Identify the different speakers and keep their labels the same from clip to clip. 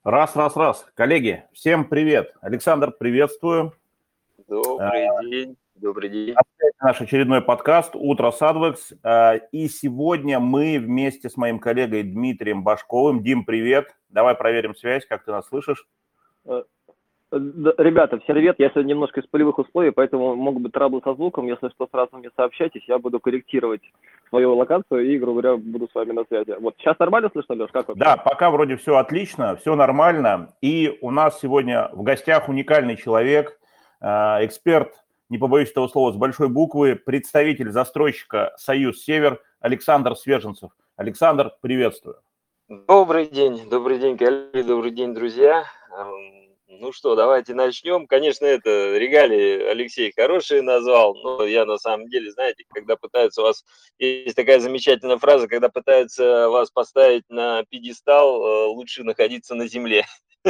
Speaker 1: Раз. Коллеги, всем привет. Александр, приветствую.
Speaker 2: Добрый день. Добрый день.
Speaker 1: Опять наш очередной подкаст «Утро с Адвекс». И сегодня мы вместе с моим коллегой Дмитрием Башковым. Дим, привет. Давай проверим связь, как ты нас слышишь.
Speaker 3: Ребята, всем привет. Я сегодня немножко из полевых условий, поэтому могут быть траблы со звуком. Если что, сразу мне сообщайтесь, я буду корректировать свою локацию и, грубо говоря, буду с вами на связи. Вот сейчас нормально слышно, Леш? Как вообще?
Speaker 1: Да, пока вроде все отлично, все нормально. И у нас сегодня в гостях уникальный человек, эксперт, не побоюсь этого слова, с большой буквы, представитель застройщика «Союз Север» Александр Свеженцев. Александр, приветствую.
Speaker 2: Добрый день, коллеги, добрый день, друзья. Ну что, давайте начнем. Конечно, это регалии Алексей хорошие назвал, но я на самом деле, знаете, когда пытаются вас... Есть такая замечательная фраза, когда пытаются вас поставить на пьедестал, лучше находиться на земле.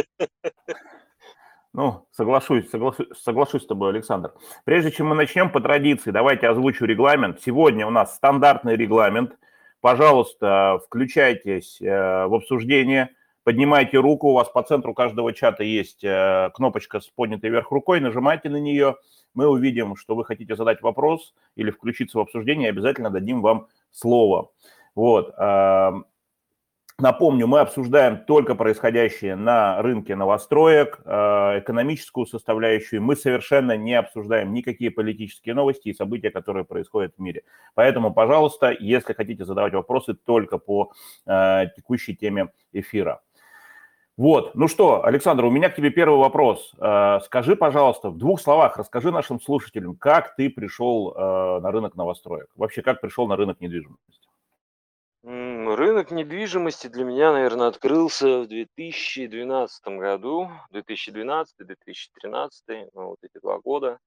Speaker 1: Ну, соглашусь с тобой, Александр. Прежде чем мы начнем, по традиции, давайте озвучу регламент. Сегодня у нас стандартный регламент. Пожалуйста, включайтесь в обсуждение, поднимайте руку. У вас по центру каждого чата есть кнопочка с поднятой вверх рукой. Нажимайте на нее. Мы увидим, что вы хотите задать вопрос или включиться в обсуждение, и обязательно дадим вам слово. Вот. Напомню, мы обсуждаем только происходящее на рынке новостроек, экономическую составляющую. Мы совершенно не обсуждаем никакие политические новости и события, которые происходят в мире. Поэтому, пожалуйста, если хотите задавать вопросы, только по текущей теме эфира. Вот, ну что, Александр, у меня к тебе первый вопрос. Скажи, пожалуйста, в 2 словах расскажи нашим слушателям, как ты пришел на рынок новостроек, вообще как пришел на рынок недвижимости.
Speaker 2: Рынок недвижимости для меня, наверное, открылся в 2012 году, 2012-2013, вот эти 2 года.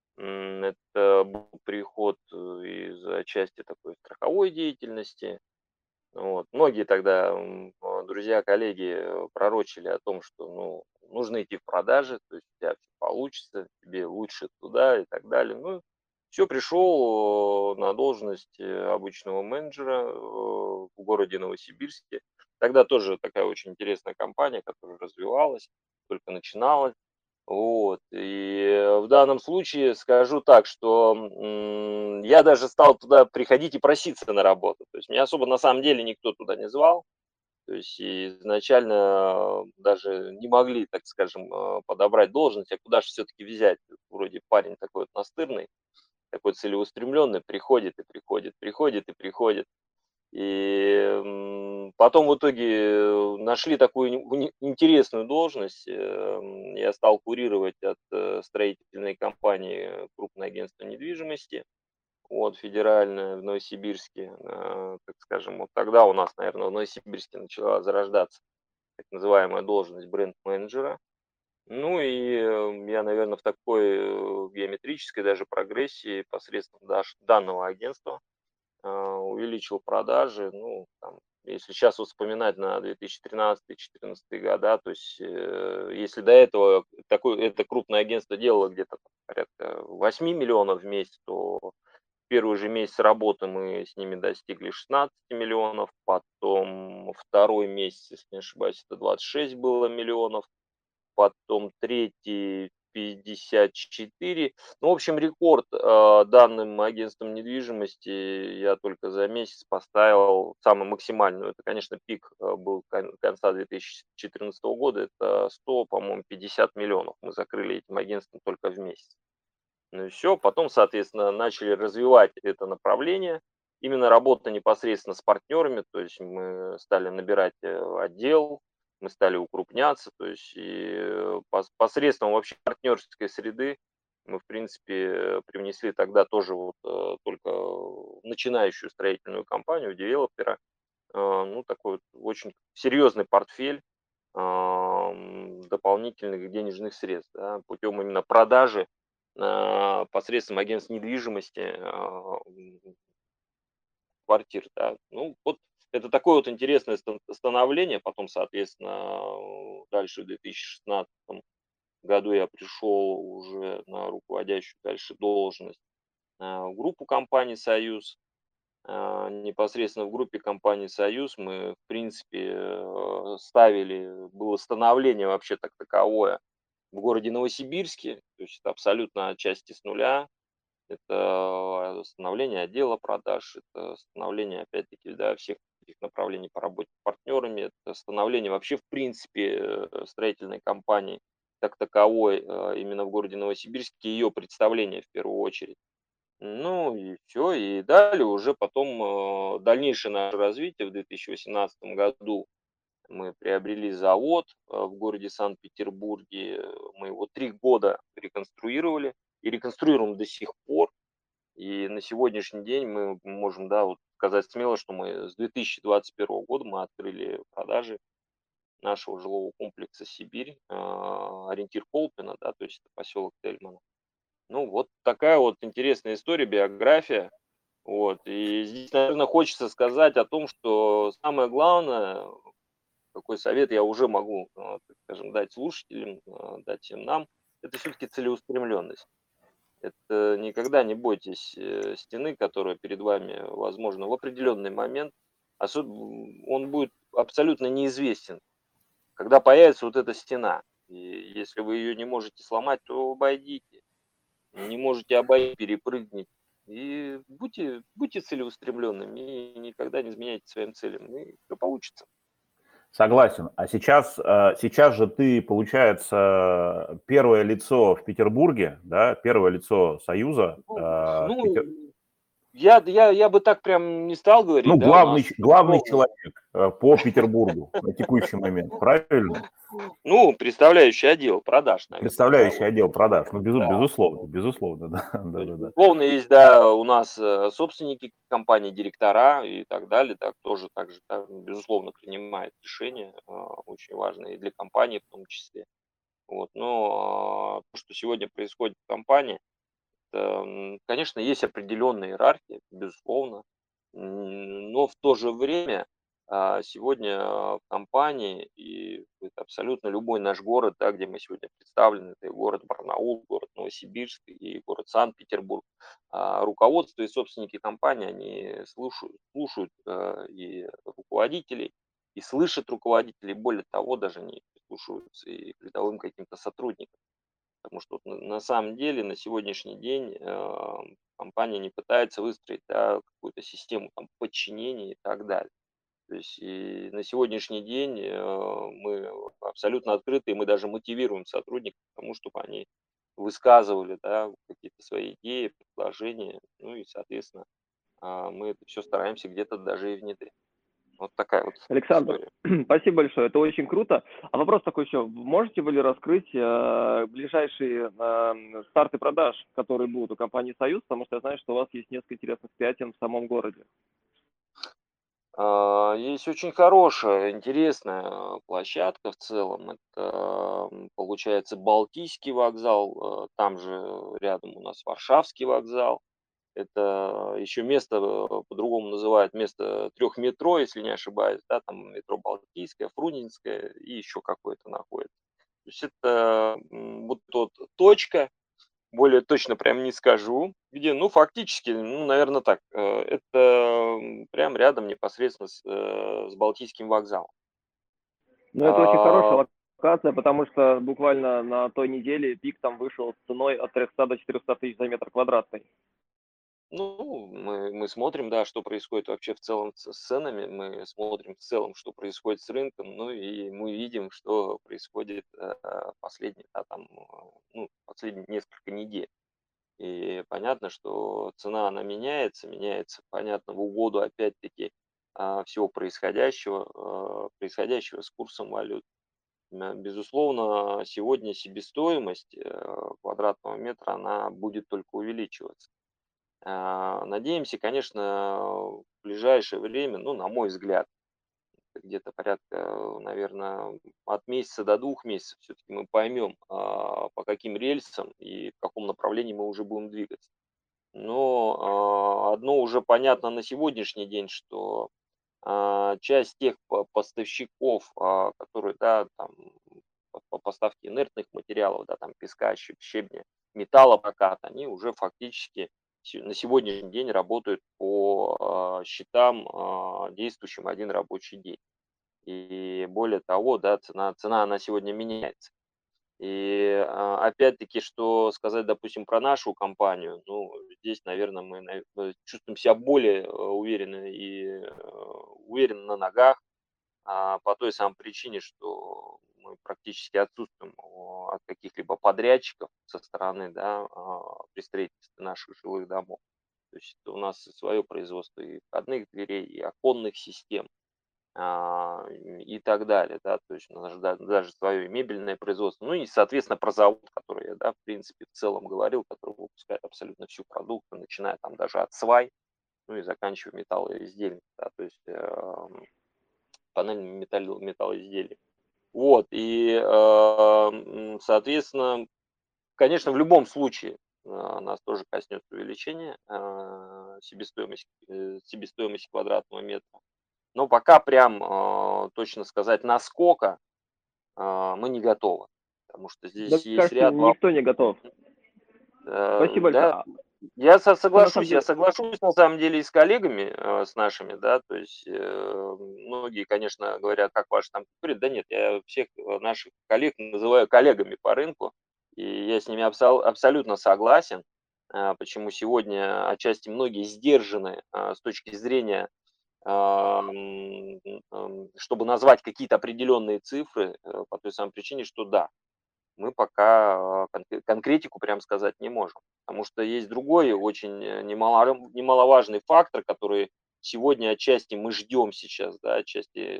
Speaker 2: Это был приход из отчасти такой страховой деятельности. Вот. Многие тогда друзья, коллеги пророчили о том, что нужно идти в продажи, то есть у тебя все получится, тебе лучше туда и так далее. Ну, все, пришел на должность обычного менеджера в городе Новосибирске. Тогда тоже такая очень интересная компания, которая развивалась, только начиналась. Вот. И в данном случае скажу так, что я даже стал туда приходить и проситься на работу. То есть меня особо на самом деле никто туда не звал. То есть и изначально даже не могли, так скажем, подобрать должность, а куда же все-таки взять? Вроде парень такой вот настырный, такой целеустремленный, приходит и приходит, приходит и приходит. И потом в итоге нашли такую интересную должность. Я стал курировать от строительной компании крупное агентство недвижимости, вот, федеральное в Новосибирске. Так скажем, вот тогда у нас, наверное, в Новосибирске начала зарождаться так называемая должность бренд-менеджера. Ну и я, наверное, в такой геометрической даже прогрессии посредством данного агентства увеличил продажи. Ну, там, если сейчас вот вспоминать на 2013-2014 года, то есть если до этого это крупное агентство делало где-то порядка 8 миллионов в месяц, то в первый же месяц работы мы с ними достигли 16 миллионов, потом второй месяц, если не ошибаюсь, это 26 было миллионов, потом третий 54. Ну, в общем, рекорд данным агентством недвижимости я только за месяц поставил самый максимальный. Это, конечно, пик был конца 2014 года. Это 100, по-моему, 50 миллионов мы закрыли этим агентством только в месяц. Ну и все. Потом, соответственно, начали развивать это направление. Именно работа непосредственно с партнерами. То есть мы стали набирать отдел, мы стали укрупняться, то есть и посредством вообще партнерской среды мы, в принципе, привнесли тогда тоже вот только начинающую строительную компанию, девелопера, ну, такой вот очень серьезный портфель дополнительных денежных средств, да, путем именно продажи посредством агентств недвижимости квартир, да. Ну, вот это такое вот интересное становление. Потом, соответственно, дальше в 2016 году я пришел уже на руководящую дальше должность в группу компаний «Союз». непосредственно в группе компании «Союз» мы, в принципе, было становление вообще так таковое в городе Новосибирске, то есть это абсолютно отчасти с нуля. Это становление отдела продаж, это становление, опять-таки, да, всех этих направлений по работе с партнерами, это становление вообще, в принципе, строительной компании как таковой именно в городе Новосибирске, ее представление в первую очередь. Ну и все, и далее уже потом дальнейшее наше развитие в 2018 году. Мы приобрели завод в городе Санкт-Петербурге. Мы его 3 года реконструировали и реконструируем до сих пор. И на сегодняшний день мы можем, да, вот сказать смело, что мы с 2021 года мы открыли продажи нашего жилого комплекса «Сибирь», ориентир Колпино, да, то есть это поселок Тельмана. Ну, вот такая вот интересная история, биография. Вот. И здесь, наверное, хочется сказать о том, что самое главное, какой совет я уже могу, так скажем, дать слушателям, дать всем нам, это все-таки целеустремленность. Это никогда не бойтесь стены, которая перед вами, возможно, в определенный момент, он будет абсолютно неизвестен, когда появится вот эта стена. И если вы ее не можете сломать, то обойдите. Не можете обойти, перепрыгнуть. И будьте целеустремленными и никогда не изменяйте своим целям. И все получится.
Speaker 1: Согласен. А сейчас же ты, получается, первое лицо в Петербурге, да, первое лицо Союза.
Speaker 2: Ну, я бы так прям не стал говорить,
Speaker 1: Ну,
Speaker 2: да, у нас
Speaker 1: главный человек по Петербургу на текущий момент, правильно?
Speaker 2: ну, представляющий отдел продаж, наверное, да,
Speaker 1: Представляющий
Speaker 2: вот.
Speaker 1: отдел продаж. Ну,
Speaker 2: Да.
Speaker 1: безусловно, да,
Speaker 2: То есть,
Speaker 1: да.
Speaker 2: безусловно, есть, да, у нас собственники компании, директора и так далее, так тоже так же, да, безусловно, принимают решения очень важные и для компании в том числе. Вот, но то, что сегодня происходит в компании, конечно, есть определенная иерархия, безусловно, но в то же время сегодня в компании и это абсолютно любой наш город, да, где мы сегодня представлены, это и город Барнаул, город Новосибирск и город Санкт-Петербург, руководство и собственники компании, они слушают и руководителей, и слышат руководителей, более того, даже они прислушиваются и к рядовым каким-то сотрудникам. Потому что вот на самом деле на сегодняшний день компания не пытается выстроить, да, какую-то систему там, подчинения и так далее. То есть и на сегодняшний день мы абсолютно открыты, и мы даже мотивируем сотрудников к тому, чтобы они высказывали, да, какие-то свои идеи, предложения, ну и, соответственно, мы это все стараемся где-то даже и внедрить. Вот такая вот
Speaker 3: Александр,
Speaker 2: история.
Speaker 3: спасибо большое, это очень круто. А вопрос такой еще, можете вы ли раскрыть ближайшие старты продаж, которые будут у компании «Союз», потому что я знаю, что у вас есть несколько интересных пятен в самом городе.
Speaker 2: Есть очень хорошая, интересная площадка в целом. Это, получается, Балтийский вокзал, там же рядом у нас Варшавский вокзал. Это еще место, по-другому называют, место 3 метро, если не ошибаюсь, да, там метро Балтийское, Фрунзенское и еще какое-то находится. То есть это вот тут точка, более точно прям не скажу, где, ну, фактически, ну, наверное, так, это прям рядом непосредственно с Балтийским вокзалом.
Speaker 3: Ну, это очень
Speaker 2: А,
Speaker 3: хорошая локация, потому что буквально на той неделе пик там вышел с ценой от 300 до 400 тысяч за метр квадратный.
Speaker 2: Ну, мы смотрим, да, что происходит вообще в целом с ценами, мы смотрим в целом, что происходит с рынком, ну и мы видим, что происходит последние, да, там, ну, последние несколько недель. И понятно, что цена, она меняется, понятно, в угоду, опять-таки, всего происходящего с курсом валют. Безусловно, сегодня себестоимость квадратного метра, она будет только увеличиваться. Надеемся, конечно, в ближайшее время, ну, на мой взгляд, где-то порядка, наверное, от месяца до 2 месяцев все-таки мы поймем, по каким рельсам и в каком направлении мы уже будем двигаться. Но одно уже понятно на сегодняшний день, что часть тех поставщиков, которые, да, там, по поставке инертных материалов, да, там, песка, щебня, металлопрокат, они уже фактически на сегодняшний день работают по счетам, действующим один рабочий день. И более того, да, цена она сегодня меняется. И, опять-таки, что сказать, допустим, про нашу компанию, ну, здесь, наверное, мы чувствуем себя более уверенно и уверенно на ногах, по той самой причине, что мы практически отсутствуем от каких-либо подрядчиков со стороны, да, при строительстве наших жилых домов. То есть у нас свое производство и входных дверей, и оконных систем, и так далее, да, то есть у нас даже свое мебельное производство, ну и, соответственно, про завод, который я, да, в принципе, в целом говорил, который выпускает абсолютно всю продукцию, начиная там даже от свай, ну и заканчивая металлоизделиями, да, то есть панельными металлоизделиями. Вот, и, соответственно, конечно, в любом случае нас тоже коснется увеличение себестоимости квадратного метра. Но пока прям точно сказать, насколько мы не готовы. Потому что
Speaker 3: Да,
Speaker 2: здесь есть
Speaker 3: кажется,
Speaker 2: ряд вопросов.
Speaker 3: никто не готов. Спасибо большое.
Speaker 2: Да, я
Speaker 3: На самом
Speaker 2: соглашусь,
Speaker 3: деле,
Speaker 2: на самом деле и с коллегами, с нашими, да, то есть многие, конечно, говорят, как ваши там конкуренты, да нет, я всех наших коллег называю коллегами по рынку, и я с ними абсолютно согласен, почему сегодня отчасти многие сдержаны с точки зрения, чтобы назвать какие-то определенные цифры, по той самой причине, что да, мы пока конкретику прям сказать не можем. Потому что есть другой очень немаловажный фактор, который сегодня отчасти мы ждем сейчас, да, отчасти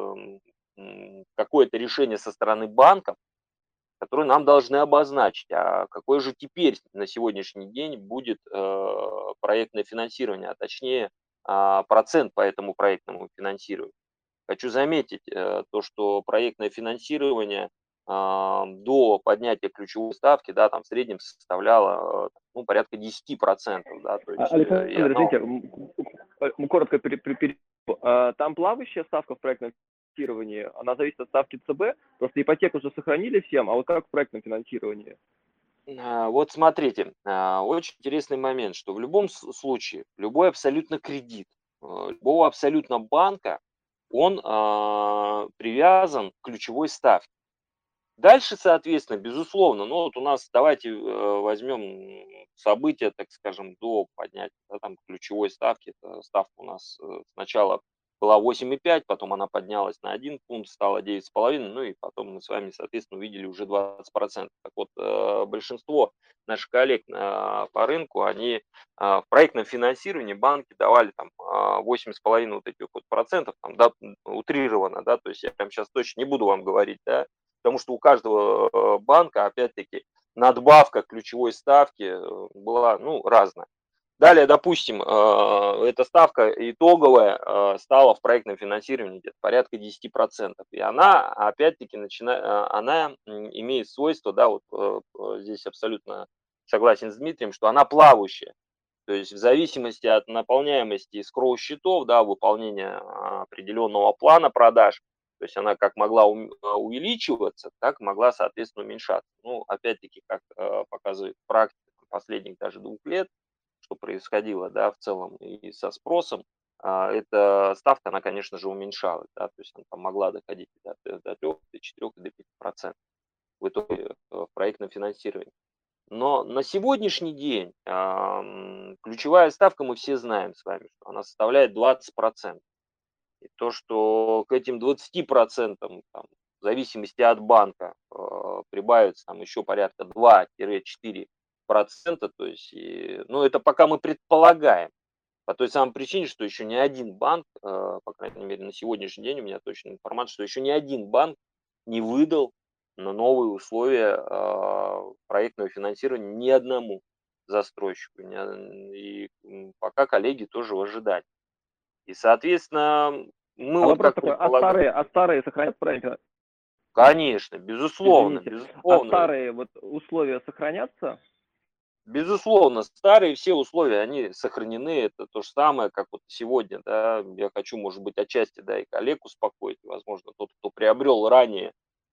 Speaker 2: какое-то решение со стороны банков, которые нам должны обозначить, а какое же теперь на сегодняшний день будет проектное финансирование, а точнее процент по этому проектному финансированию. Хочу заметить то, что проектное финансирование до поднятия ключевой ставки, да, там в среднем составляло ну, порядка 10%, да, то есть, и
Speaker 3: Александр,
Speaker 2: оно,
Speaker 3: извините, коротко перебью. Там плавающая ставка в проектном финансировании, она зависит от ставки ЦБ, просто ипотеку уже сохранили всем, а вот как в проектном финансировании?
Speaker 2: вот смотрите, очень интересный момент, что в любом случае, любой абсолютно кредит, любого абсолютно банка, он привязан к ключевой ставке. Дальше, соответственно, безусловно, ну вот у нас давайте возьмем события, так скажем, до поднятия, да, там, ключевой ставки. Это ставка у нас сначала была 8,5, потом она поднялась на 1 пункт, стала 9,5, ну и потом мы с вами, соответственно, увидели уже 20%. Так вот, большинство наших коллег по рынку, они в проектном финансировании банки давали там 8,5 вот этих вот процентов, там, да, утрированно, да, то есть я прям сейчас точно не буду вам говорить, да, потому что у каждого банка, опять-таки, надбавка ключевой ставки была, ну, разная. Далее, допустим, эта ставка итоговая стала в проектном финансировании где-то порядка 10%. И она, опять-таки, она имеет свойство, да, вот здесь абсолютно согласен с Дмитрием, что она плавающая. То есть в зависимости от наполняемости скроу-счетов, да, выполнения определенного плана продаж, то есть она как могла увеличиваться, так могла, соответственно, уменьшаться. Ну, опять-таки, как показывает практика последних даже 2 лет, что происходило, да, в целом и со спросом, эта ставка, она, конечно же, уменьшалась, да, то есть она там могла доходить до 3, до 4, до 5% в итоге в проектном финансировании. Но на сегодняшний день ключевая ставка, мы все знаем с вами, что она составляет 20%. И то, что к этим 20%, там, в зависимости от банка, прибавится там еще порядка 2-4%, то есть, ну, это пока мы предполагаем. По той самой причине, что еще ни один банк, по крайней мере, на сегодняшний день у меня точная информация, что еще ни один банк не выдал на новые условия проектного финансирования ни одному застройщику. И пока коллеги тоже в ожидании. И, соответственно, мы
Speaker 3: А
Speaker 2: вот
Speaker 3: вопрос
Speaker 2: как
Speaker 3: такой,
Speaker 2: предполагаем.
Speaker 3: старые сохранят проект?
Speaker 2: Конечно, безусловно,
Speaker 3: Извините, а
Speaker 2: безусловно.
Speaker 3: старые вот условия сохранятся?
Speaker 2: Безусловно, старые все условия, они сохранены. Это то же самое, как вот сегодня, да. Я хочу, может быть, отчасти, да, и коллег успокоить. Возможно, тот, кто приобрел ранее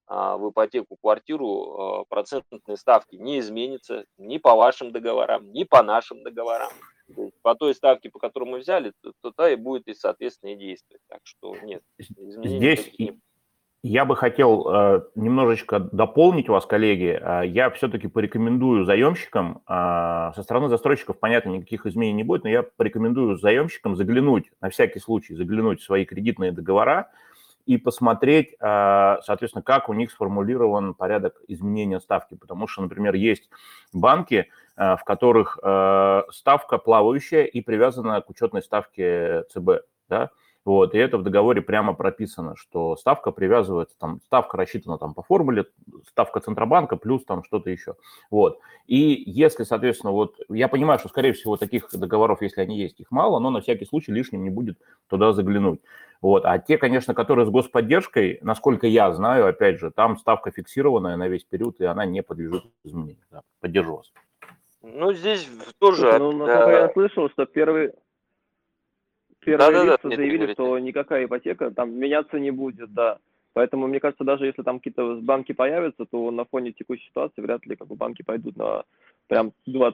Speaker 2: в ипотеку квартиру, процентные ставки не изменятся ни по вашим договорам, ни по нашим договорам. То есть по той ставке, по которой мы взяли, то та и будет и, соответственно, и действовать. Так что нет, изменений
Speaker 1: Здесь
Speaker 2: никаких не будет.
Speaker 1: я бы хотел немножечко дополнить вас, коллеги. Я все-таки порекомендую заемщикам, со стороны застройщиков, понятно, никаких изменений не будет, но я порекомендую заемщикам заглянуть, на всякий случай, заглянуть в свои кредитные договора и посмотреть, соответственно, как у них сформулирован порядок изменения ставки. Потому что, например, есть банки, в которых ставка плавающая и привязана к учетной ставке ЦБ, да. Вот, и это в договоре прямо прописано, что ставка привязывается, там, ставка рассчитана там по формуле, ставка Центробанка плюс там что-то еще. Вот. И если, соответственно, вот я понимаю, что, скорее всего, таких договоров, если они есть, их мало, но на всякий случай лишним не будет туда заглянуть. Вот. А те, конечно, которые с господдержкой, насколько я знаю, опять же, там ставка фиксированная на весь период, и она не подлежит изменению. Да. Поддержу вас.
Speaker 2: Ну, здесь
Speaker 3: Слушай,
Speaker 2: тоже...
Speaker 3: ну, насколько я слышал, что первые
Speaker 2: Да-да-да,
Speaker 3: лица
Speaker 2: Дмитрий,
Speaker 3: заявили,
Speaker 2: говорите.
Speaker 3: что никакая ипотека там меняться не будет, да. Поэтому, мне кажется, даже если там какие-то банки появятся, то на фоне текущей ситуации вряд ли как бы банки пойдут на прям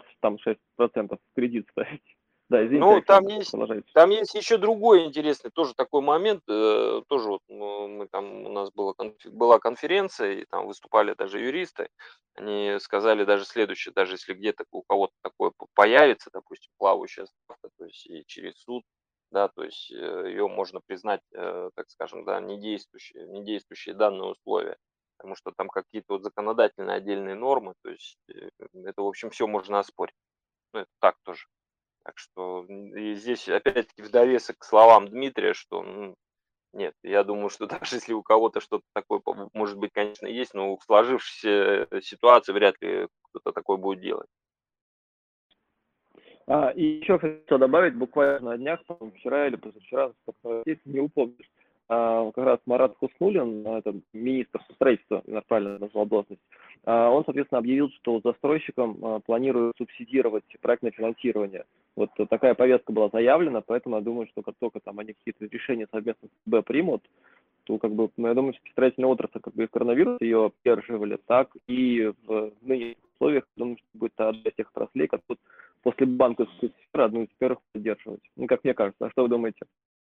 Speaker 3: 26% кредит ставить. Да, извините,
Speaker 2: Ну,
Speaker 3: Александр, продолжайте.
Speaker 2: там есть еще другой интересный тоже такой момент. Тоже вот мы там, у нас была конференция, и там выступали даже юристы. Они сказали даже следующее: даже если где-то у кого-то такое появится, допустим, плавающая ставка, то есть и через суд, да, то есть ее можно признать, так скажем, да, недействующие данные условия, потому что там какие-то вот законодательные отдельные нормы, то есть это, в общем, все можно оспорить. Ну, это так тоже. Так что и здесь опять-таки в довесок к словам Дмитрия, что нет, я думаю, что даже если у кого-то что-то такое, может быть, конечно, есть, но в сложившейся ситуации вряд ли кто-то такое будет делать.
Speaker 3: И еще хотел добавить, буквально на днях, по-моему, вчера или позавчера, не упомнишь, как раз Марат Хуснуллин, это министр строительства, я правильно назвал должность, он, соответственно, объявил, что застройщикам планируют субсидировать проектное финансирование. Вот такая повестка была заявлена, поэтому я думаю, что как только там они какие-то решения совместно с ЦБ примут, то как бы, я думаю, что строительная отрасль как бы и в коронавирус ее поддерживали, так и в нынешних условиях, думаю, что будет одна из тех отраслей, как вот после банковской сферы одну из первых поддерживать. Ну, как мне кажется. А что вы думаете?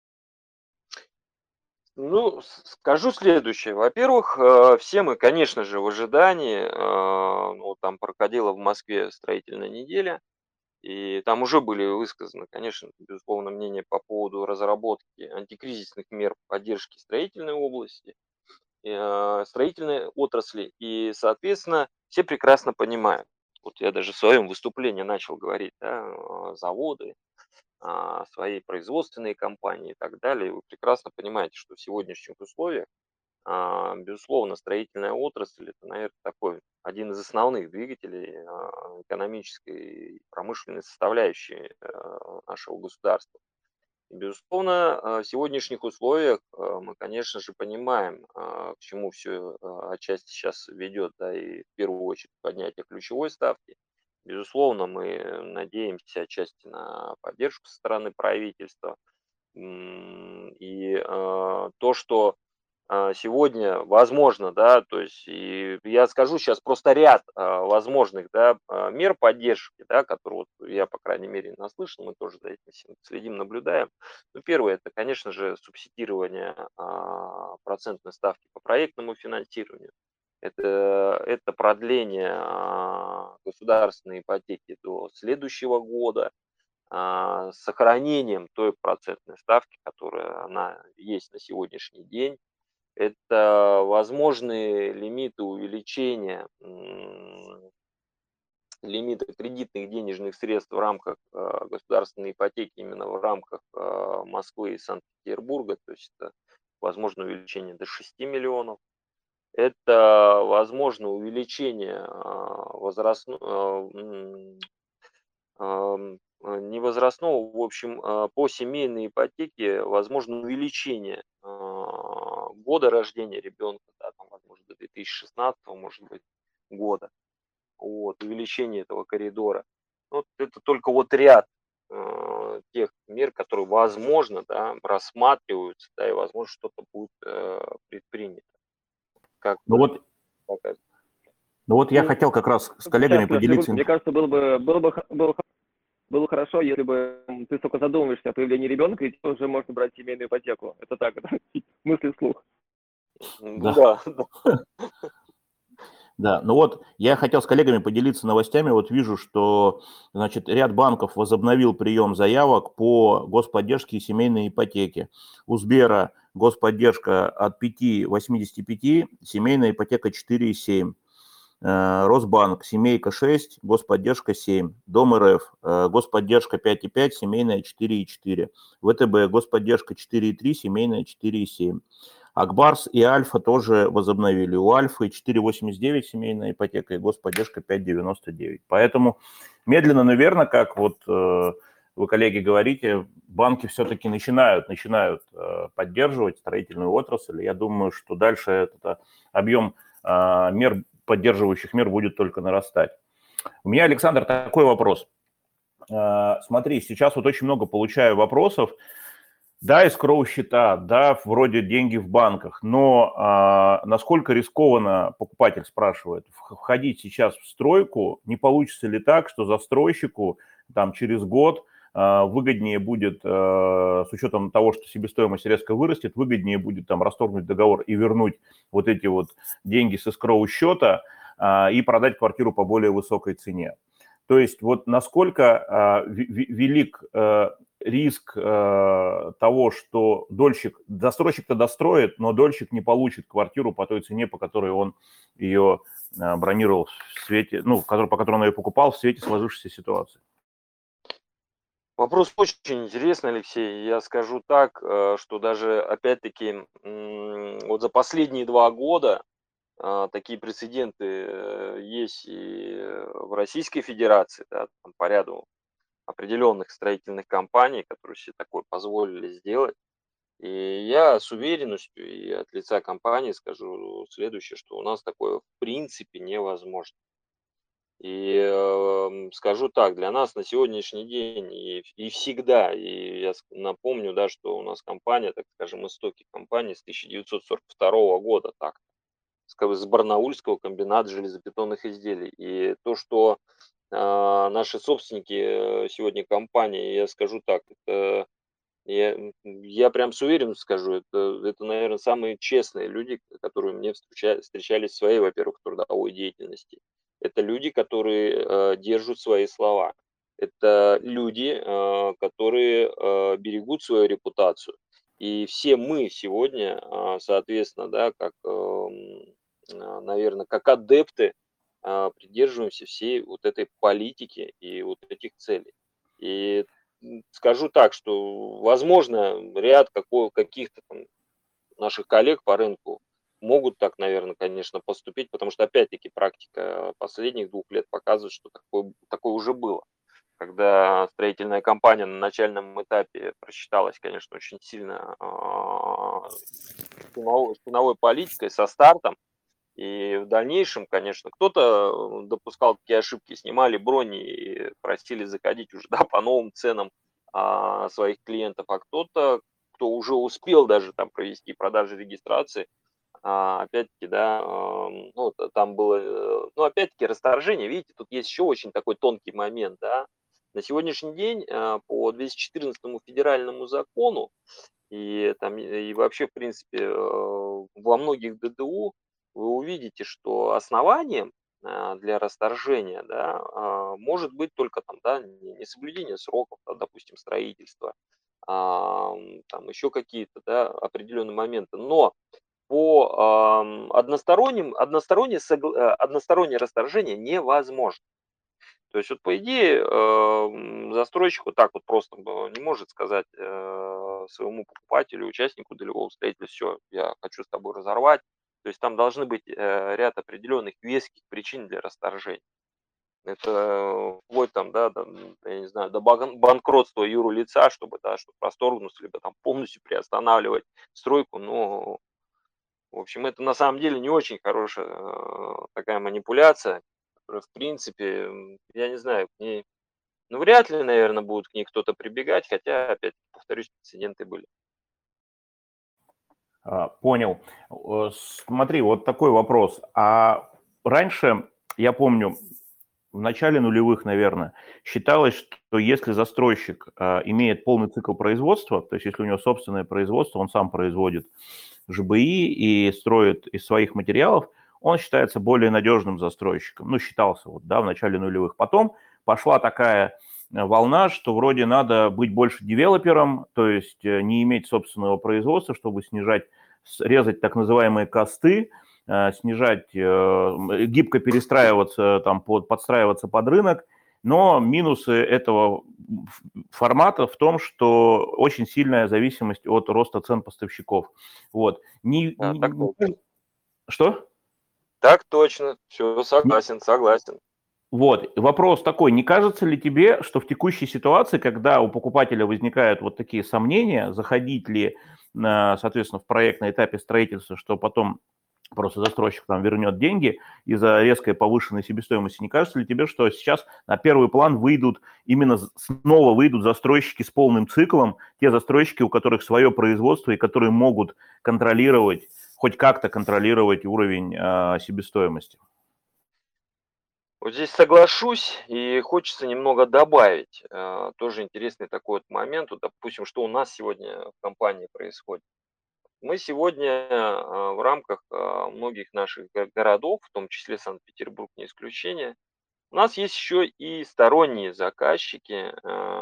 Speaker 2: Ну, скажу следующее. Во-первых, все мы, конечно же, в ожидании, ну, там проходила в Москве строительная неделя, и там уже были высказаны, конечно, безусловно, мнения по поводу разработки антикризисных мер поддержки строительной области, строительной отрасли. И, соответственно, все прекрасно понимают. Вот я даже в своем выступлении начал говорить, да, заводы, свои производственные компании и так далее. Вы прекрасно понимаете, что в сегодняшних условиях, безусловно, строительная отрасль — это, наверное, такой один из основных двигателей экономической и промышленной составляющей нашего государства. И, безусловно, в сегодняшних условиях мы, конечно же, понимаем, к чему все отчасти сейчас ведет, да, и в первую очередь поднятие ключевой ставки. Безусловно, мы надеемся отчасти на поддержку со стороны правительства. И то, что сегодня возможно, да, то есть и я скажу сейчас просто ряд возможных, да, мер поддержки, да, которые вот я, по крайней мере, наслышан, мы тоже за этим всем следим, наблюдаем. Ну, первое — это, конечно же, субсидирование процентной ставки по проектному финансированию. Это продление государственной ипотеки до следующего года, с сохранением той процентной ставки, которая она есть на сегодняшний день. Это возможные лимиты увеличения лимита кредитных денежных средств в рамках государственной ипотеки, именно в рамках Москвы и Санкт-Петербурга. То есть это возможно увеличение до 6 миллионов. Это возможно увеличение не возрастного, в общем, по семейной ипотеке возможно увеличение года рождения ребенка, да, там, возможно, до 2016, может быть, года. Вот, увеличение этого коридора. Вот это только вот ряд тех мер, которые, возможно, да, рассматриваются, да, и, возможно, что-то будет предпринято. как
Speaker 1: Ну вот,
Speaker 2: пока.
Speaker 1: ну вот я
Speaker 3: Ну,
Speaker 1: хотел как раз с коллегами
Speaker 3: сейчас,
Speaker 1: поделиться.
Speaker 3: мне кажется, было хорошо, если бы ты только задумываешься о появлении ребенка, и тебе уже можно брать семейную ипотеку. Это так, это мысли вслух.
Speaker 1: Да.
Speaker 2: Да.
Speaker 1: Да, ну вот я хотел с коллегами поделиться новостями. Вот вижу, что, значит, ряд банков возобновил прием заявок по господдержке и семейной ипотеке. У Сбера господдержка от 5,85, семейная ипотека 4,7. Росбанк, семейка 6, господдержка 7. Дом РФ, господдержка 5,5, семейная 4,4. ВТБ, господдержка 4,3, семейная 4,7. Акбарс и Альфа тоже возобновили. У Альфы 4,89 семейная ипотека и господдержка 5,99. Поэтому медленно, но верно, как вот вы, коллеги, говорите, банки все-таки начинают поддерживать строительную отрасль. Я думаю, что дальше этот объем мер, поддерживающих мер будет только нарастать. У меня, Александр, такой вопрос. Смотри, сейчас вот очень много получаю вопросов. Да, эскроу счета, да, вроде деньги в банках, но насколько рискованно, покупатель спрашивает, входить сейчас в стройку, не получится ли так, что застройщику там через год выгоднее будет, с учетом того, что себестоимость резко вырастет, выгоднее будет там расторгнуть договор и вернуть вот эти вот деньги с эскроу счета и продать квартиру по более высокой цене. То есть вот насколько велик риск того, что застройщик-то достроит, но дольщик не получит квартиру по той цене, по которой он ее бронировал в свете, ну, по которой он ее покупал в свете сложившейся ситуации.
Speaker 2: Вопрос очень интересный, Алексей. Я скажу так, что даже, опять-таки, вот за последние 2 года такие прецеденты есть и в Российской Федерации, да, там, по ряду определенных строительных компаний, которые себе такое позволили сделать. И я с уверенностью и от лица компании скажу следующее, что у нас такое в принципе невозможно. И скажу так, для нас на сегодняшний день и всегда, и я напомню, да, что у нас компания, так скажем, истоки компании с 1942 года, так, с Барнаульского комбината железобетонных изделий. И то, что наши собственники сегодня компании, я скажу так, это я прям с уверенностью скажу, это, наверное, самые честные люди, которые мне встречались в своей, во-первых, трудовой деятельности. Это люди, которые держат свои слова. Это люди, которые берегут свою репутацию. И все мы сегодня, соответственно, да, как, наверное, как адепты, придерживаемся всей вот этой политики и вот этих целей. И скажу так, что, возможно, ряд каких-то там наших коллег по рынку могут так, наверное, конечно, поступить, потому что, опять-таки, практика последних 2 лет показывает, что такое уже было. Когда строительная компания на начальном этапе просчиталась, конечно, очень сильно ценовой политикой со стартом, и в дальнейшем, конечно, кто-то допускал такие ошибки, снимали брони и просили заходить уже, да, по новым ценам своих клиентов, а кто-то, кто уже успел даже там провести продажи регистрации, опять-таки, да, ну, там было, ну, опять-таки, расторжение, видите, тут есть еще очень такой тонкий момент, да. На сегодняшний день по 214 федеральному закону и вообще, в принципе, во многих ДДУ вы увидите, что основанием для расторжения, да, может быть только там, да, несоблюдение сроков, да, допустим, строительства, там еще какие-то, да, определенные моменты. Но по одностороннее расторжение невозможно. То есть вот по идее застройщик вот так вот просто не может сказать своему покупателю, участнику долевого строительства: все, я хочу с тобой разорвать. То есть там должны быть ряд определенных веских причин для расторжения. Это вплоть там, да, я не знаю, до банкротства юрлица, чтобы, да, чтобы расторгнуть, либо там полностью приостанавливать стройку. Но, в общем, это на самом деле не очень хорошая такая манипуляция, которая, в принципе, я не знаю, к ней, ну, вряд ли, наверное, будет к ней кто-то прибегать, хотя, опять повторюсь, прецеденты были.
Speaker 1: Понял. Смотри, вот такой вопрос. А раньше, я помню, в начале нулевых, наверное, считалось, что если застройщик имеет полный цикл производства, то есть если у него собственное производство, он сам производит ЖБИ и строит из своих материалов, он считается более надежным застройщиком. Ну, считался вот, да, в начале нулевых. Потом пошла такая волна, что вроде надо быть больше девелопером, то есть не иметь собственного производства, чтобы резать так называемые косты, снижать, гибко перестраиваться, там, подстраиваться под рынок. Но минусы этого формата в том, что очень сильная зависимость от роста цен поставщиков. Вот. Что?
Speaker 2: Так точно, все, согласен.
Speaker 1: Вот, вопрос такой, не кажется ли тебе, что в текущей ситуации, когда у покупателя возникают вот такие сомнения, заходить ли, соответственно, в проект на этапе строительства, что потом просто застройщик там вернет деньги из-за резкой повышенной себестоимости, не кажется ли тебе, что сейчас на первый план снова выйдут застройщики с полным циклом, те застройщики, у которых свое производство и которые могут хоть как-то контролировать уровень себестоимости?
Speaker 2: Вот здесь соглашусь, и хочется немного добавить. Тоже интересный такой вот момент. Вот, допустим, что у нас сегодня в компании происходит. Мы сегодня в рамках многих наших городов, в том числе Санкт-Петербург не исключение, у нас есть еще и сторонние заказчики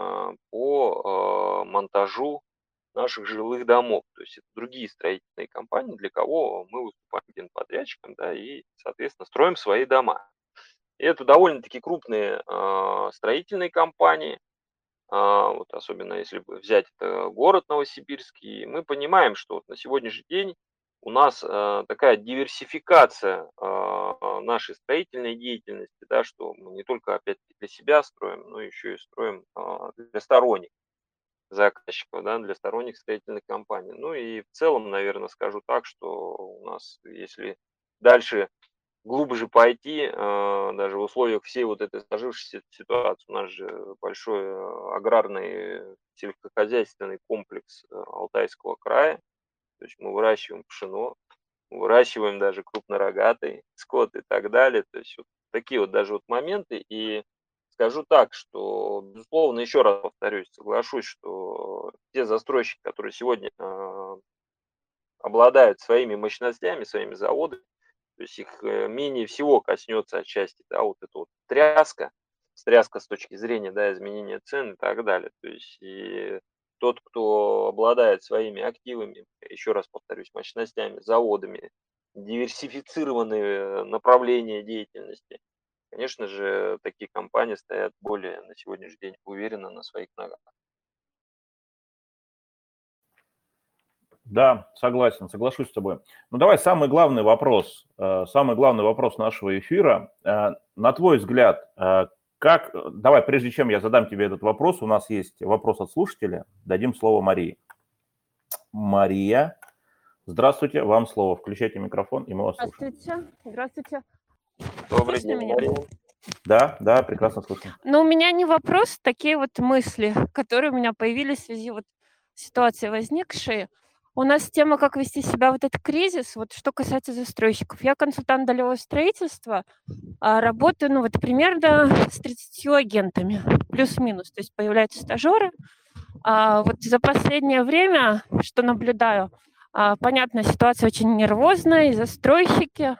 Speaker 2: по монтажу наших жилых домов. То есть это другие строительные компании, для кого мы выступаем генподрядчиком, да, и, соответственно, строим свои дома. И это довольно-таки крупные строительные компании, вот особенно если взять это город Новосибирск. И мы понимаем, что вот на сегодняшний день у нас такая диверсификация нашей строительной деятельности, да, что мы не только опять-таки для себя строим, но еще и строим для сторонних заказчиков, да, для сторонних строительных компаний. Ну и в целом, наверное, скажу так, что у нас, если дальше глубже пойти, даже в условиях всей вот этой сложившейся ситуации, у нас же большой аграрный сельскохозяйственный комплекс Алтайского края, то есть мы выращиваем пшено, выращиваем даже крупнорогатый скот и так далее, то есть вот такие вот даже вот моменты. И скажу так, что, безусловно, еще раз повторюсь, соглашусь, что те застройщики, которые сегодня обладают своими мощностями, своими заводами, то есть их менее всего коснется отчасти, да, вот эта вот тряска с точки зрения, да, изменения цен и так далее. То есть и тот, кто обладает своими активами, еще раз повторюсь, мощностями, заводами, диверсифицированные направления деятельности, конечно же, такие компании стоят более на сегодняшний день уверенно на своих ногах.
Speaker 1: Да, соглашусь с тобой. Ну давай самый главный вопрос нашего эфира. На твой взгляд, давай, прежде чем я задам тебе этот вопрос, у нас есть вопрос от слушателя, дадим слово Марии. Мария, здравствуйте, вам слово. Включайте микрофон, и мы вас слушаем.
Speaker 4: Здравствуйте.
Speaker 2: Добрый день, Мария.
Speaker 1: Да, прекрасно слышно.
Speaker 4: Но у меня не вопрос, такие вот мысли, которые у меня появились в связи вот с ситуацией возникшей. У нас тема, как вести себя в этот кризис, вот что касается застройщиков. Я консультант долевого строительства, работаю, ну вот примерно с 30 агентами, плюс-минус, то есть появляются стажеры. Вот за последнее время, что наблюдаю, понятно, ситуация очень нервозная, и застройщики,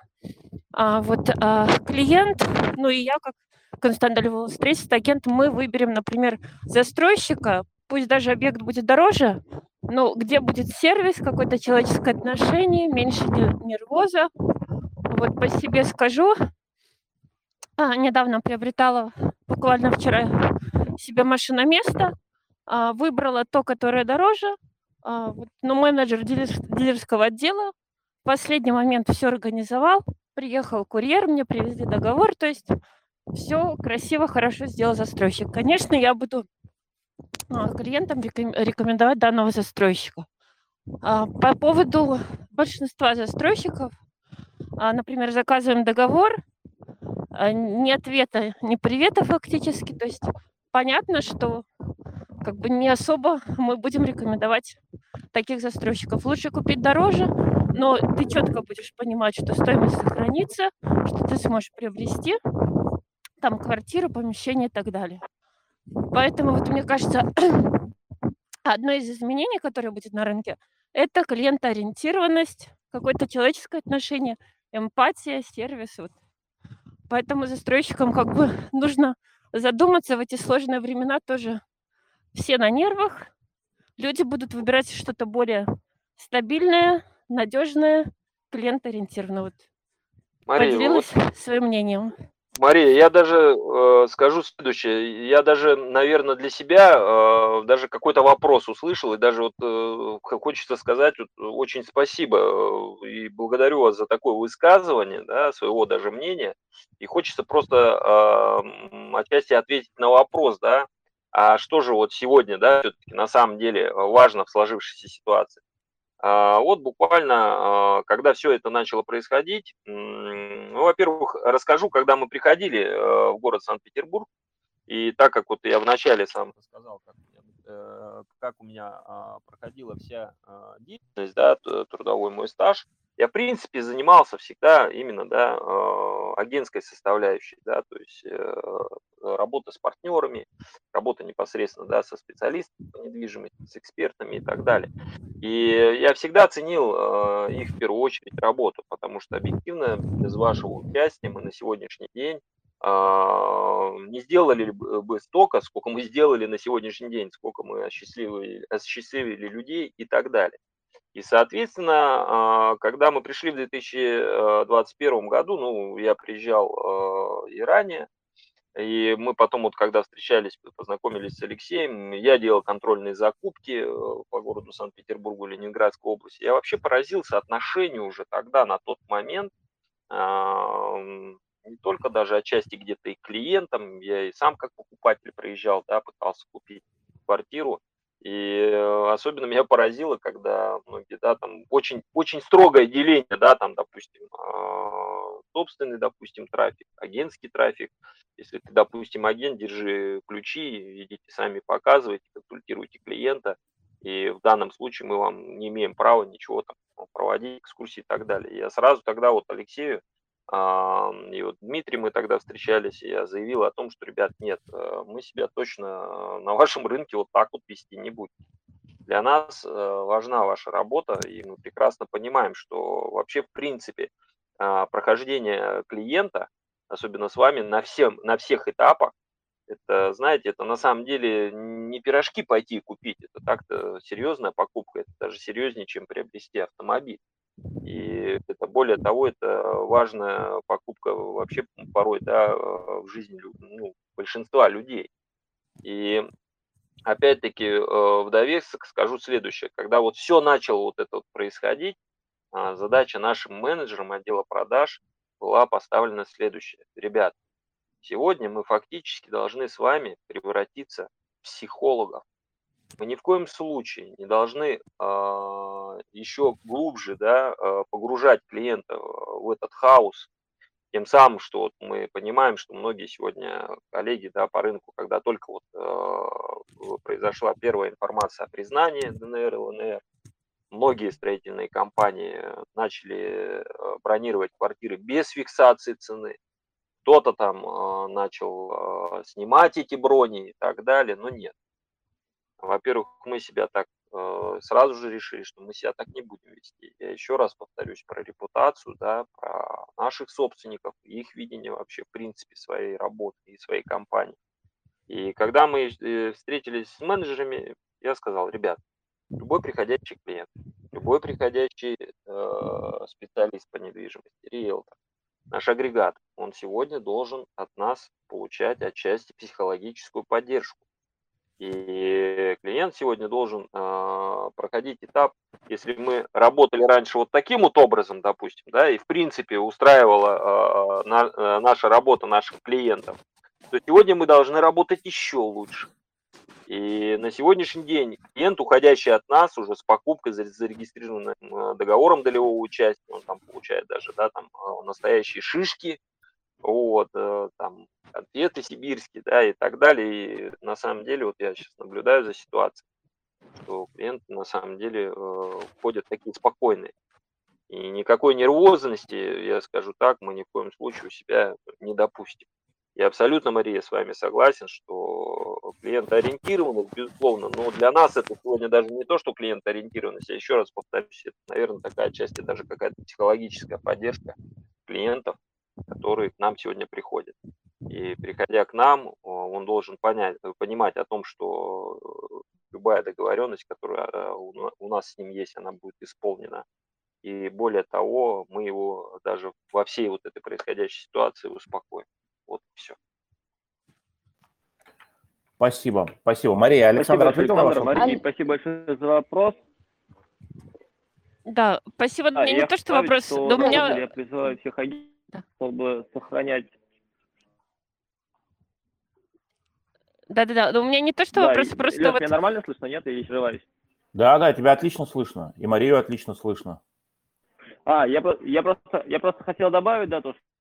Speaker 4: клиент, ну и я как консультант долевого строительства, агент, мы выберем, например, застройщика, пусть даже объект будет дороже, но где будет сервис, какое-то человеческое отношение, меньше нервоза. Вот по себе скажу, недавно приобретала, буквально вчера, себе машиноместо, выбрала то, которое дороже, но менеджер дилерского отдела в последний момент все организовал, приехал курьер, мне привезли договор, то есть все красиво, хорошо сделал застройщик. Конечно, я буду клиентам рекомендовать данного застройщика. По поводу большинства застройщиков, например, заказываем договор, ни ответа, ни привета фактически, то есть понятно, что как бы не особо мы будем рекомендовать таких застройщиков. Лучше купить дороже, но ты четко будешь понимать, что стоимость сохранится, что ты сможешь приобрести там квартиру, помещение и так далее. Поэтому вот мне кажется, одно из изменений, которое будет на рынке, это клиентоориентированность, какое-то человеческое отношение, эмпатия, сервис. Вот. Поэтому застройщикам как бы нужно задуматься в эти сложные времена тоже. Все на нервах, люди будут выбирать что-то более стабильное, надежное, клиентоориентированное. Вот.
Speaker 2: Мария, вот
Speaker 4: Поделилась своим мнением.
Speaker 2: Мария, я даже скажу следующее. Я даже, наверное, для себя даже какой-то вопрос услышал, и даже вот хочется сказать вот, очень спасибо и благодарю вас за такое высказывание, да, своего даже мнения. И хочется просто отчасти ответить на вопрос, да, а что же вот сегодня, да, все-таки на самом деле важно в сложившейся ситуации. Вот буквально, когда все это начало происходить, ну, во-первых, расскажу, когда мы приходили в город Санкт-Петербург, и так как вот я вначале сам рассказал, как у меня проходила вся деятельность, да, трудовой мой стаж, я, в принципе, занимался всегда именно, да, агентской составляющей, да, то есть работа с партнерами, работа непосредственно, да, со специалистами по недвижимости, с экспертами и так далее. И я всегда ценил их в первую очередь работу, потому что объективно без вашего участия мы на сегодняшний день не сделали бы столько, сколько мы сделали на сегодняшний день, сколько мы осчастливили людей и так далее. И, соответственно, когда мы пришли в 2021 году, ну, я приезжал и ранее, и мы потом, вот когда встречались, познакомились с Алексеем, я делал контрольные закупки по городу Санкт-Петербургу, Ленинградской области. Я вообще поразился отношению уже тогда, на тот момент, не только даже отчасти где-то и клиентам, я и сам как покупатель приезжал, да, пытался купить квартиру. И особенно меня поразило, когда многие, да, там очень, очень строгое деление, да, там, допустим, собственный, допустим, трафик, агентский трафик. Если ты, допустим, агент, держи ключи, идите сами показывайте, консультируйте клиента. И в данном случае мы вам не имеем права ничего там проводить, экскурсии и так далее. Я сразу тогда вот Алексею и вот Дмитрий, мы тогда встречались, и я заявил о том, что, ребят, нет, мы себя точно на вашем рынке вот так вот вести не будем. Для нас важна ваша работа, и мы прекрасно понимаем, что вообще, в принципе, прохождение клиента, особенно с вами, на всех этапах, это, знаете, это на самом деле не пирожки пойти и купить, это так-то серьезная покупка, это даже серьезнее, чем приобрести автомобиль. И это, более того, это важная покупка вообще порой, да, в жизни ну, большинства людей. И опять-таки в довесок скажу следующее. Когда вот все начало вот это вот происходить, задача нашим менеджерам отдела продаж была поставлена следующая. Ребят, сегодня мы фактически должны с вами превратиться в психологов. Мы ни в коем случае не должны еще глубже, да, погружать клиента в этот хаос, тем самым, что вот мы понимаем, что многие сегодня коллеги, да, по рынку, когда только вот произошла первая информация о признании ДНР и ЛНР, многие строительные компании начали бронировать квартиры без фиксации цены. Кто-то там начал снимать эти брони и так далее, но нет. Во-первых, мы себя так сразу же решили, что мы себя так не будем вести. Я еще раз повторюсь про репутацию, да, про наших собственников, их видение вообще, в принципе, своей работы и своей компании. И когда мы встретились с менеджерами, я сказал, ребят, любой приходящий клиент, любой приходящий специалист по недвижимости, риэлтор, наш агрегат, он сегодня должен от нас получать отчасти психологическую поддержку. И клиент сегодня должен проходить этап, если мы работали раньше вот таким вот образом, допустим, да, и в принципе устраивала наша работа наших клиентов, то сегодня мы должны работать еще лучше. И на сегодняшний день клиент, уходящий от нас уже с покупкой, зарегистрированным договором долевого участия, он там получает даже, да, там настоящие шишки, вот, там, конфеты сибирские, да, и так далее. И на самом деле, вот я сейчас наблюдаю за ситуацией. что клиенты на самом деле ходят такие спокойные. И никакой нервозности, я скажу так, мы ни в коем случае у себя не допустим. Я абсолютно, Мария, с вами согласен, что клиентоориентированность, безусловно, но для нас это сегодня даже не то, что клиентоориентированность, я еще раз повторюсь, это, наверное, такая часть, даже какая-то психологическая поддержка клиентов, которые к нам сегодня приходят. И приходя к нам, он должен понимать о том, что любая договоренность, которая у нас с ним есть, она будет исполнена. И более того, мы его даже во всей вот этой происходящей ситуации успокоим. Вот и все.
Speaker 1: Спасибо. Спасибо. Мария, Александр ответил на ваш вопрос?
Speaker 3: Мария, спасибо большое за вопрос.
Speaker 4: Да, спасибо.
Speaker 3: Да,
Speaker 4: Не то, что вопрос,
Speaker 3: что,
Speaker 4: да у меня...
Speaker 3: Я призываю всех агентов, чтобы сохранять...
Speaker 4: Да, у меня не то, что вопрос, просто
Speaker 3: Леш,
Speaker 4: вот...
Speaker 3: меня нормально слышно, нет? Я срываюсь.
Speaker 1: Да, тебя отлично слышно. И Марию отлично слышно.
Speaker 3: Я просто хотел добавить, да, то, что...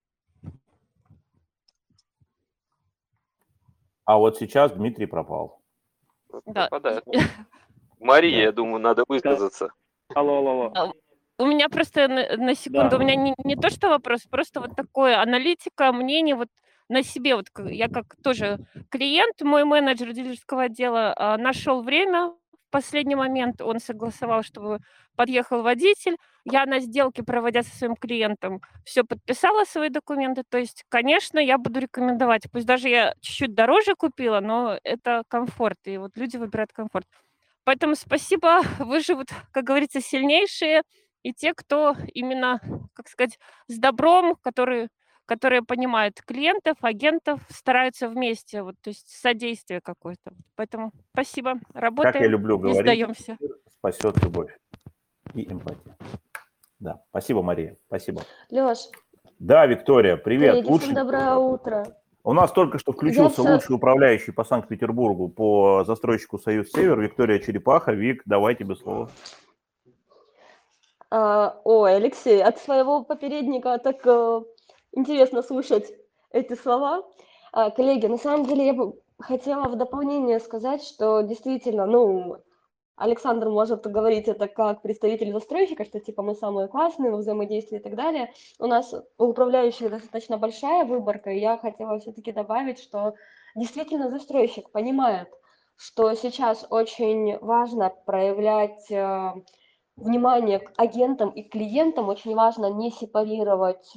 Speaker 1: А вот сейчас Дмитрий пропал.
Speaker 4: Да.
Speaker 2: Мария, я думаю, надо высказаться.
Speaker 3: Алло.
Speaker 4: У меня просто на секунду, у меня не то, что вопрос, просто вот такое аналитика, мнение вот на себе. Вот я как тоже клиент, мой менеджер дилерского отдела нашел время в последний момент, он согласовал, чтобы подъехал водитель. Я на сделке, проводя со своим клиентом, все подписала свои документы. То есть, конечно, я буду рекомендовать. Пусть даже я чуть-чуть дороже купила, но это комфорт. И вот люди выбирают комфорт. Поэтому спасибо. Выживут, как говорится, сильнейшие. И те, кто именно, как сказать, с добром, которые понимают клиентов, агентов, стараются вместе. Вот, то есть содействие какое-то. Поэтому спасибо. Работаем.
Speaker 1: Как я люблю
Speaker 4: не
Speaker 1: говорить,
Speaker 4: сдаемся.
Speaker 1: Спасет любовь и эмпатия. Да, спасибо, Мария, спасибо.
Speaker 5: Леш.
Speaker 1: Да, Виктория, привет.
Speaker 5: Всем доброе утро.
Speaker 1: У нас только что включился лучший управляющий по Санкт-Петербургу по застройщику «Союз Север» Виктория Черепаха. Вик, давай тебе слово.
Speaker 5: Ой, Алексей, от своего попередника так интересно слушать эти слова. Коллеги, на самом деле я бы хотела в дополнение сказать, что действительно, Александр может говорить это как представитель застройщика, что типа мы самые классные во взаимодействии и так далее. У нас у управляющих достаточно большая выборка, и я хотела все-таки добавить, что действительно застройщик понимает, что сейчас очень важно проявлять внимание к агентам и клиентам, очень важно не сепарировать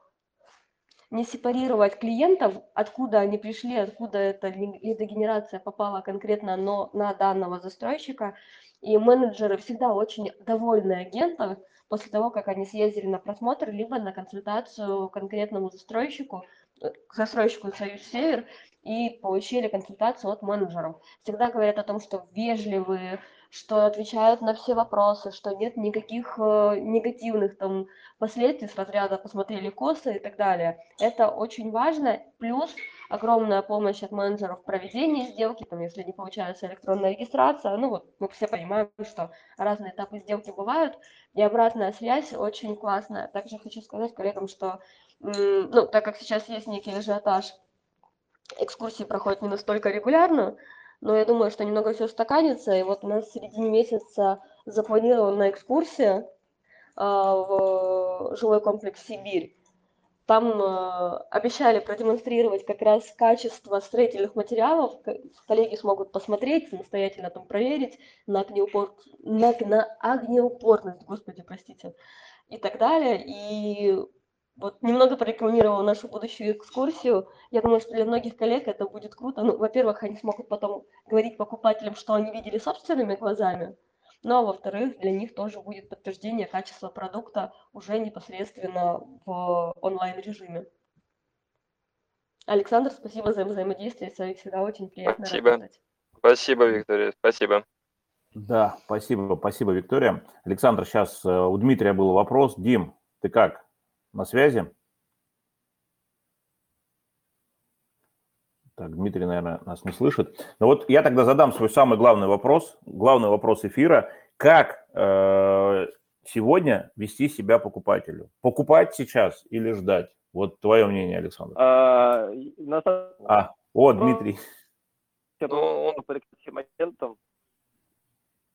Speaker 5: клиентов, откуда они пришли, откуда эта лидогенерация попала конкретно на данного застройщика. И менеджеры всегда очень довольны агентами после того, как они съездили на просмотр, либо на консультацию к конкретному застройщику «Союз Север», и получили консультацию от менеджеров. Всегда говорят о том, что вежливые, что отвечают на все вопросы, что нет никаких негативных там последствий с разряда «посмотрели косо» и так далее. Это очень важно. Плюс огромная помощь от менеджеров в проведении сделки, там, если не получается электронная регистрация. Мы все понимаем, что разные этапы сделки бывают, и обратная связь очень классная. Также хочу сказать коллегам, что так как сейчас есть некий ажиотаж, экскурсии проходят не настолько регулярно, но я думаю, что немного все устаканится. И вот у нас в середине месяца запланирована экскурсия в жилой комплекс «Сибирь». Там обещали продемонстрировать как раз качество строительных материалов. Коллеги смогут посмотреть, самостоятельно там проверить на огнеупорность, господи, простите, и так далее. И вот немного порекламировала нашу будущую экскурсию. Я думаю, что для многих коллег это будет круто. Во-первых, они смогут потом говорить покупателям, что они видели собственными глазами. А во-вторых, для них тоже будет подтверждение качества продукта уже непосредственно в онлайн-режиме. Александр, спасибо за взаимодействие. С вами всегда очень приятно работать.
Speaker 2: Спасибо, Виктория. Спасибо.
Speaker 1: Да, спасибо, Виктория. Александр, сейчас у Дмитрия был вопрос. Дим, ты как? На связи? Так, Дмитрий, наверное, нас не слышит. Но вот я тогда задам свой самый главный вопрос эфира. Как сегодня вести себя покупателю? Покупать сейчас или ждать? Вот твое мнение, Александр. Дмитрий.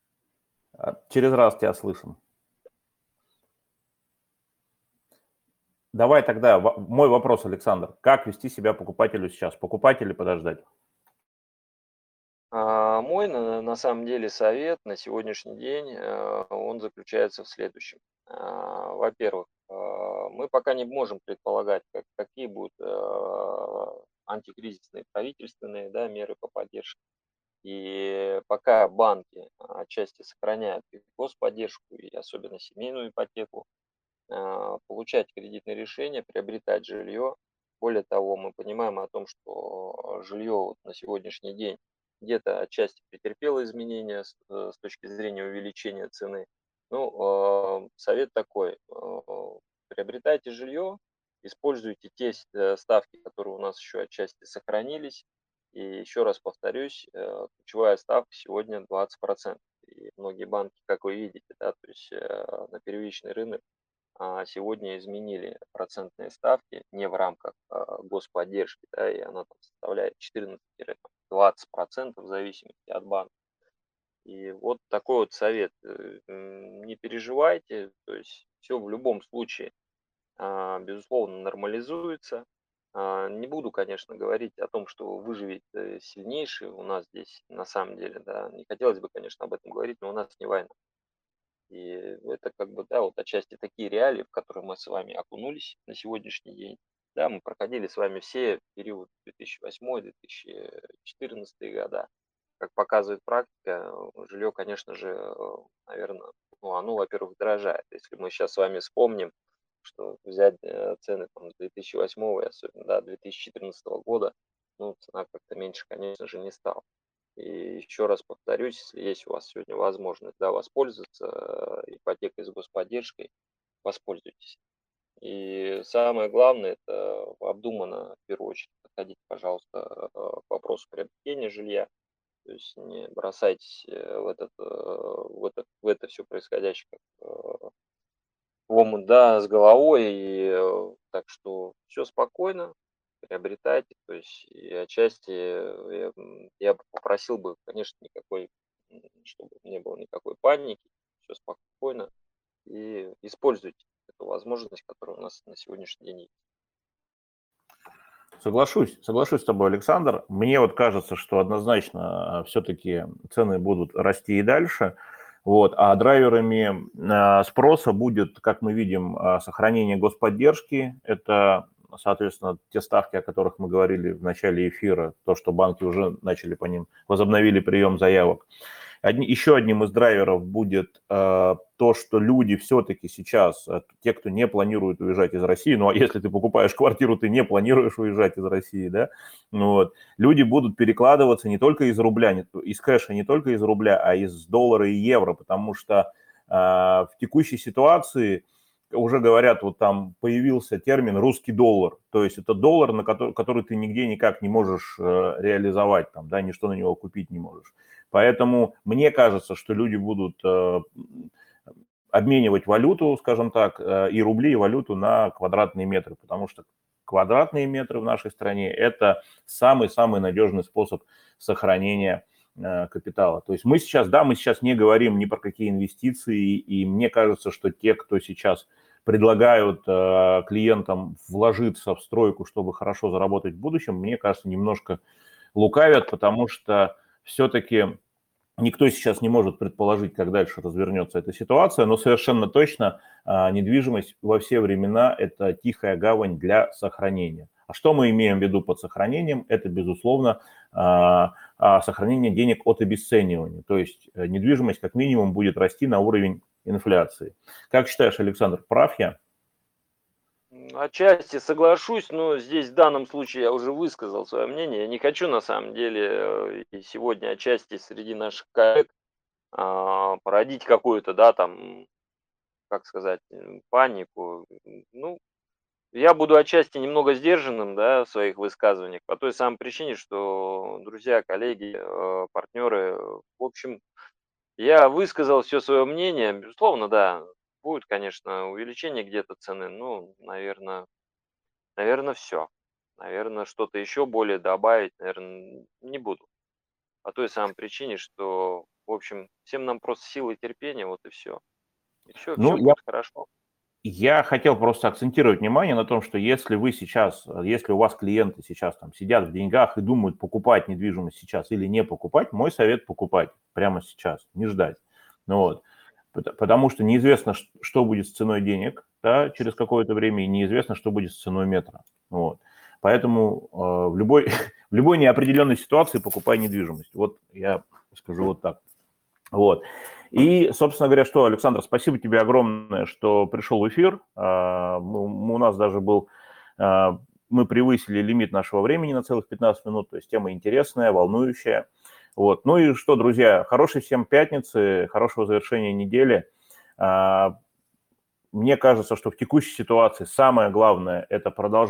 Speaker 1: Через раз тебя слышим. Давай тогда мой вопрос, Александр. Как вести себя покупателю сейчас? Покупать или подождать?
Speaker 2: Мой на самом деле совет на сегодняшний день, он заключается в следующем. Во-первых, мы пока не можем предполагать, какие будут антикризисные правительственные, да, меры по поддержке. И пока банки отчасти сохраняют и господдержку, и особенно семейную ипотеку, получать кредитные решения, приобретать жилье. Более того, мы понимаем о том, что жилье вот на сегодняшний день где-то отчасти претерпело изменения с точки зрения увеличения цены. Ну, совет такой: приобретайте жилье, используйте те ставки, которые у нас еще отчасти сохранились. И еще раз повторюсь, ключевая ставка сегодня 20%. И многие банки, как вы видите, да, то есть на первичный рынок сегодня изменили процентные ставки не в рамках господдержки, да, и она там составляет 14-20% в зависимости от банка. И вот такой вот совет. Не переживайте, то есть все в любом случае, безусловно, нормализуется. Не буду, конечно, говорить о том, что выживет сильнейший у нас здесь на самом деле, да. Не хотелось бы, конечно, об этом говорить, но у нас не война. И это как бы, да, вот отчасти такие реалии, в которые мы с вами окунулись на сегодняшний день. Да, мы проходили с вами все период 2008-2014 года. Как показывает практика, жилье, конечно же, наверное, ну, оно, во-первых, дорожает. Если мы сейчас с вами вспомним, что взять цены там, с 2008 и особенно, да, 2014 года, ну, цена как-то меньше, конечно же, не стала. И еще раз повторюсь, если есть у вас сегодня возможность, да, воспользоваться ипотекой с господдержкой, воспользуйтесь. И самое главное, это обдуманно, в первую очередь, подходите, пожалуйста, к вопросу приобретения жилья. То есть не бросайтесь в это все происходящее как в омут, да, с головой. И так что все спокойно, приобретайте. То есть и отчасти я бы попросил бы, конечно, никакой, чтобы не было никакой паники, все спокойно и используйте эту возможность, которая у нас на сегодняшний день есть.
Speaker 1: Соглашусь с тобой, Александр. Мне вот кажется, что однозначно все-таки цены будут расти и дальше. Вот, а драйверами спроса будет, как мы видим, сохранение господдержки. Это, соответственно, те ставки, о которых мы говорили в начале эфира, то, что банки уже начали по ним, возобновили прием заявок. Еще одним из драйверов будет то, что люди все-таки сейчас, те, кто не планирует уезжать из России, ну а если ты покупаешь квартиру, ты не планируешь уезжать из России, да, ну, вот, люди будут перекладываться не только из рубля, из кэша не только из рубля, а из доллара и евро, потому что в текущей ситуации уже говорят, вот там появился термин «русский доллар», то есть это доллар, на который ты нигде никак не можешь реализовать, там, да, ничто на него купить не можешь. Поэтому мне кажется, что люди будут обменивать валюту, скажем так, и рубли, и валюту на квадратные метры, потому что квадратные метры в нашей стране – это самый-самый надежный способ сохранения капитала. То есть мы сейчас не говорим ни про какие инвестиции, и мне кажется, что те, кто сейчас предлагают клиентам вложиться в стройку, чтобы хорошо заработать в будущем, мне кажется, немножко лукавят, потому что все-таки никто сейчас не может предположить, как дальше развернется эта ситуация, но совершенно точно недвижимость во все времена – это тихая гавань для сохранения. А что мы имеем в виду под сохранением? Это, безусловно, сохранение денег от обесценивания. То есть недвижимость как минимум будет расти на уровень инфляции. Как считаешь, Александр, прав я?
Speaker 2: Отчасти соглашусь, но здесь в данном случае я уже высказал свое мнение. Я не хочу на самом деле и сегодня отчасти среди наших коллег породить какую-то, да, там, как сказать, панику. Ну, я буду отчасти немного сдержанным, да, в своих высказываниях по той самой причине, что друзья, коллеги, партнеры, в общем, я высказал все свое мнение. Безусловно, да, будет, конечно, увеличение где-то цены, ну, наверное, все. Наверное, что-то еще более добавить, наверное, не буду. По той самой причине, что В общем, всем нам просто силы терпения, вот и все. И все
Speaker 1: Ну,
Speaker 2: будет хорошо.
Speaker 1: Я хотел просто акцентировать внимание на том, что если вы сейчас, если у вас клиенты сейчас там сидят в деньгах и думают, покупать недвижимость сейчас или не покупать, мой совет – покупать прямо сейчас, не ждать. Ну, вот. Потому что неизвестно, что будет с ценой денег, да, через какое-то время, и неизвестно, что будет с ценой метра. Вот. Поэтому в любой неопределенной ситуации покупай недвижимость. Вот я скажу вот так. Вот. И, собственно говоря, что, Александр, спасибо тебе огромное, что пришел в эфир. У нас даже был, мы превысили лимит нашего времени на целых 15 минут, то есть тема интересная, волнующая. Вот. Ну и что, друзья, хорошей всем пятницы, хорошего завершения недели. Мне кажется, что в текущей ситуации самое главное – это продолжать